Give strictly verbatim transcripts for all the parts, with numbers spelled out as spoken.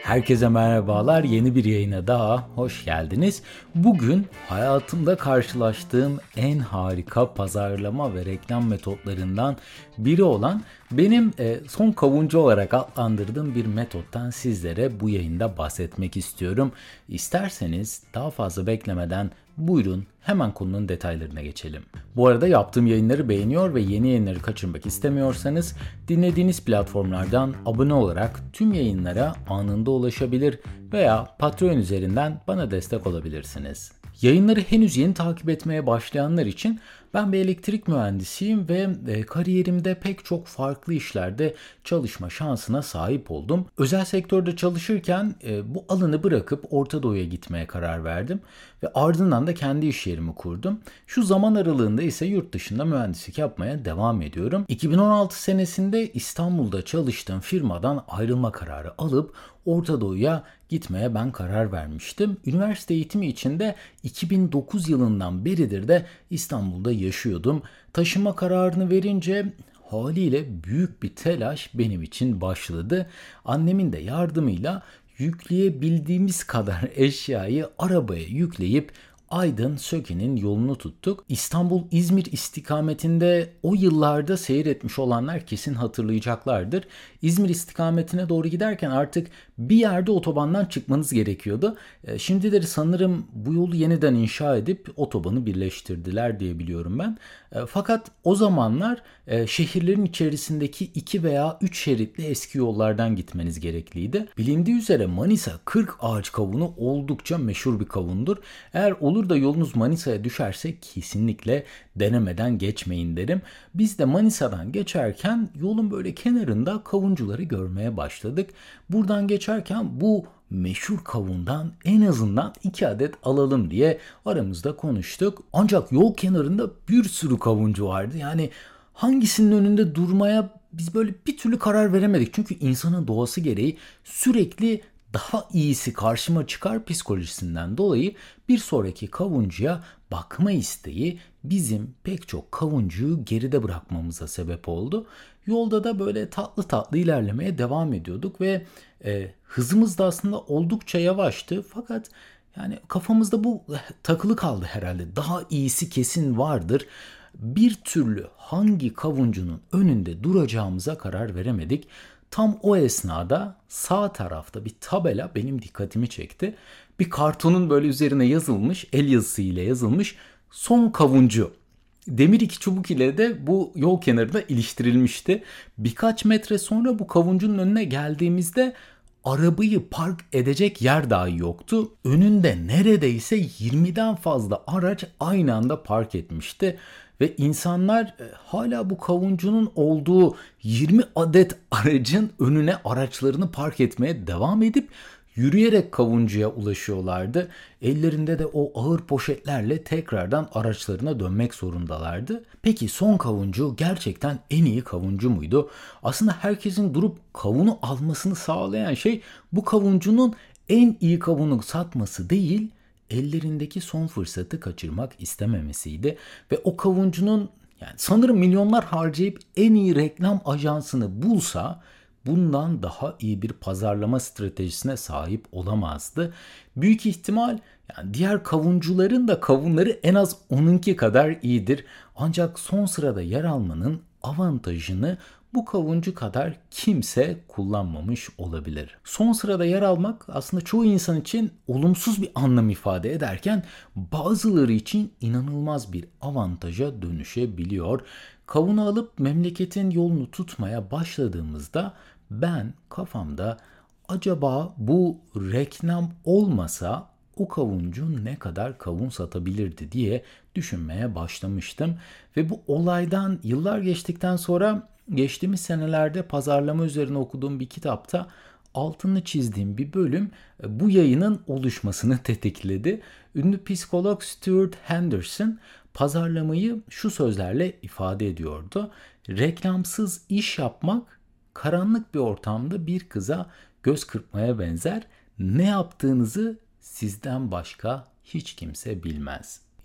Herkese merhabalar. Yeni bir yayına daha hoş geldiniz. Bugün hayatımda karşılaştığım en harika pazarlama ve reklam metotlarından biri olan benim e, son kavuncu olarak adlandırdığım bir metottan sizlere bu yayında bahsetmek istiyorum. İsterseniz daha fazla beklemeden buyurun hemen konunun detaylarına geçelim. Bu arada yaptığım yayınları beğeniyor ve yeni yayınları kaçırmak istemiyorsanız dinlediğiniz platformlardan abone olarak tüm yayınlara anında ulaşabilir veya Patreon üzerinden bana destek olabilirsiniz. Yayınları henüz yeni takip etmeye başlayanlar için ben bir elektrik mühendisiyim ve e, kariyerimde pek çok farklı işlerde çalışma şansına sahip oldum. Özel sektörde çalışırken e, bu alanı bırakıp Orta Doğu'ya gitmeye karar verdim ve ardından da kendi iş yerimi kurdum. Şu zaman aralığında ise yurt dışında mühendislik yapmaya devam ediyorum. iki bin on altı senesinde İstanbul'da çalıştığım firmadan ayrılma kararı alıp Orta Doğu'ya gitmeye ben karar vermiştim. Üniversite eğitimi için de iki bin dokuz yılından beridir de İstanbul'da yaşıyordum. Taşınma kararını verince haliyle büyük bir telaş benim için başladı. Annemin de yardımıyla yükleyebildiğimiz kadar eşyayı arabaya yükleyip Aydın Söke'nin yolunu tuttuk. İstanbul-İzmir istikametinde o yıllarda seyretmiş olanlar kesin hatırlayacaklardır. İzmir istikametine doğru giderken artık bir yerde otobandan çıkmanız gerekiyordu. Şimdileri sanırım bu yolu yeniden inşa edip otobanı birleştirdiler diye biliyorum ben. Fakat o zamanlar şehirlerin içerisindeki iki veya üç şeritli eski yollardan gitmeniz gerekliydi. Bilindiği üzere Manisa kırk ağaç kavunu oldukça meşhur bir kavundur. Eğer olur da yolunuz Manisa'ya düşerse kesinlikle denemeden geçmeyin derim. Biz de Manisa'dan geçerken yolun böyle kenarında kavuncuları görmeye başladık. Buradan geçerken bu meşhur kavundan en azından iki adet alalım diye aramızda konuştuk. Ancak yol kenarında bir sürü kavuncu vardı. Yani hangisinin önünde durmaya biz böyle bir türlü karar veremedik. Çünkü insanın doğası gereği sürekli daha iyisi karşıma çıkar psikolojisinden dolayı bir sonraki kavuncuya bakma isteği bizim pek çok kavuncuyu geride bırakmamıza sebep oldu. Yolda da böyle tatlı tatlı ilerlemeye devam ediyorduk ve e, hızımız da aslında oldukça yavaştı. Fakat yani kafamızda bu takılı kaldı herhalde. Daha iyisi kesin vardır. Bir türlü hangi kavuncunun önünde duracağımıza karar veremedik. Tam o esnada sağ tarafta bir tabela benim dikkatimi çekti. Bir kartonun böyle üzerine yazılmış, el yazısıyla yazılmış son kavuncu. Demir iki çubuk ile de bu yol kenarına iliştirilmişti. Birkaç metre sonra bu kavuncunun önüne geldiğimizde arabayı park edecek yer dahi yoktu. Önünde neredeyse yirmiden fazla araç aynı anda park etmişti. Ve insanlar e, hala bu kavuncunun olduğu yirmi adet aracın önüne araçlarını park etmeye devam edip yürüyerek kavuncuya ulaşıyorlardı. Ellerinde de o ağır poşetlerle tekrardan araçlarına dönmek zorundalardı. Peki son kavuncu gerçekten en iyi kavuncu muydu? Aslında herkesin durup kavunu almasını sağlayan şey bu kavuncunun en iyi kavunu satması değil, ellerindeki son fırsatı kaçırmak istememesiydi ve o kavuncunun yani sanırım milyonlar harcayıp en iyi reklam ajansını bulsa bundan daha iyi bir pazarlama stratejisine sahip olamazdı. Büyük ihtimal yani diğer kavuncuların da kavunları en az onunki kadar iyidir. Ancak son sırada yer almanın avantajını bu kavuncu kadar kimse kullanmamış olabilir. Son sırada yer almak aslında çoğu insan için olumsuz bir anlam ifade ederken bazıları için inanılmaz bir avantaja dönüşebiliyor. Kavunu alıp memleketin yolunu tutmaya başladığımızda ben kafamda acaba bu reklam olmasa o kavuncu ne kadar kavun satabilirdi diye düşünmeye başlamıştım. Ve bu olaydan yıllar geçtikten sonra geçtiğimiz senelerde pazarlama üzerine okuduğum bir kitapta altını çizdiğim bir bölüm bu yayının oluşmasını tetikledi. Ünlü psikolog Stuart Henderson pazarlamayı şu sözlerle ifade ediyordu. Reklamsız iş yapmak karanlık bir ortamda bir kıza göz kırpmaya benzer. Ne yaptığınızı sizden başka hiç kimse bilmez.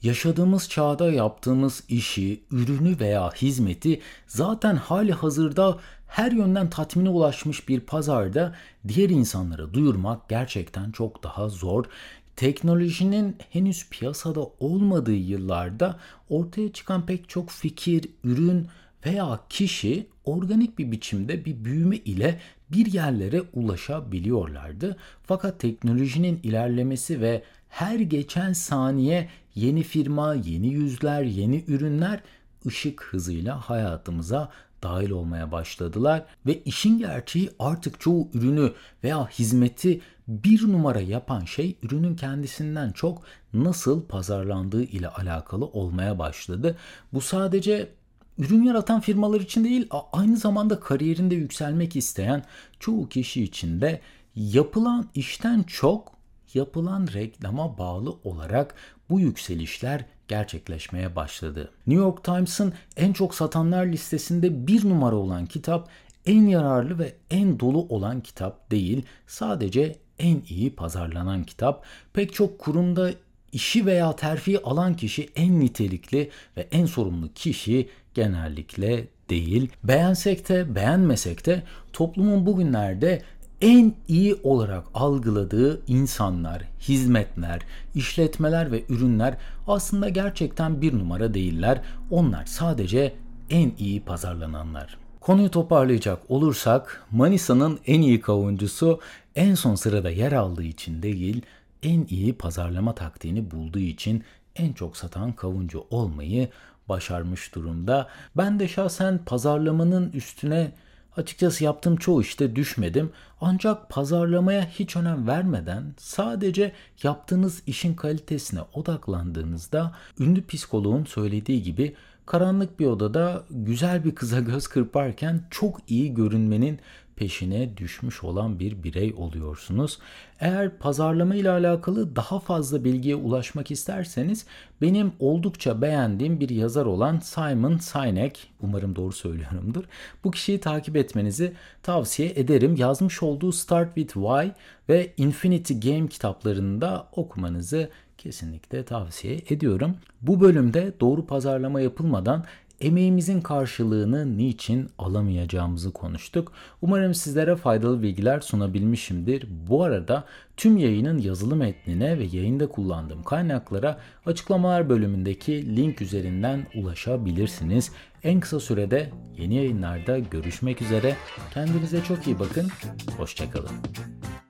Yaşadığımız çağda yaptığımız işi, ürünü veya hizmeti zaten hali hazırda her yönden tatmine ulaşmış bir pazarda diğer insanlara duyurmak gerçekten çok daha zor. Teknolojinin henüz piyasada olmadığı yıllarda ortaya çıkan pek çok fikir, ürün veya kişi organik bir biçimde bir büyüme ile bir yerlere ulaşabiliyorlardı. Fakat teknolojinin ilerlemesi ve her geçen saniye yeni firma, yeni yüzler, yeni ürünler ışık hızıyla hayatımıza dahil olmaya başladılar ve işin gerçeği artık çoğu ürünü veya hizmeti bir numara yapan şey ürünün kendisinden çok nasıl pazarlandığı ile alakalı olmaya başladı. Bu sadece ürün yaratan firmalar için değil, aynı zamanda kariyerinde yükselmek isteyen çoğu kişi için de yapılan işten çok yapılan reklama bağlı olarak bu yükselişler gerçekleşmeye başladı. New York Times'ın en çok satanlar listesinde bir numara olan kitap en yararlı ve en dolu olan kitap değil, sadece en iyi pazarlanan kitap. Pek çok kurumda işi veya terfi alan kişi en nitelikli ve en sorumlu kişi genellikle değil. Beğensek de beğenmesek de toplumun bugünlerde en iyi olarak algıladığı insanlar, hizmetler, işletmeler ve ürünler aslında gerçekten bir numara değiller. Onlar sadece en iyi pazarlananlar. Konuyu toparlayacak olursak, Manisa'nın en iyi kavuncusu en son sırada yer aldığı için değil, en iyi pazarlama taktiğini bulduğu için en çok satan kavuncu olmayı başarmış durumda. Ben de şahsen pazarlamanın üstüne açıkçası yaptığım çoğu işte düşmedim. Ancak pazarlamaya hiç önem vermeden sadece yaptığınız işin kalitesine odaklandığınızda ünlü psikoloğun söylediği gibi karanlık bir odada güzel bir kıza göz kırparken çok iyi görünmenin peşine düşmüş olan bir birey oluyorsunuz. Eğer pazarlama ile alakalı daha fazla bilgiye ulaşmak isterseniz benim oldukça beğendiğim bir yazar olan Simon Sinek, umarım doğru söylüyorumdur, bu kişiyi takip etmenizi tavsiye ederim. Yazmış olduğu Start with Why ve Infinity Game kitaplarını da okumanızı kesinlikle tavsiye ediyorum. Bu bölümde doğru pazarlama yapılmadan emeğimizin karşılığını niçin alamayacağımızı konuştuk. Umarım sizlere faydalı bilgiler sunabilmişimdir. Bu arada tüm yayının yazılı metnine ve yayında kullandığım kaynaklara açıklamalar bölümündeki link üzerinden ulaşabilirsiniz. En kısa sürede yeni yayınlarda görüşmek üzere. Kendinize çok iyi bakın. Hoşça kalın.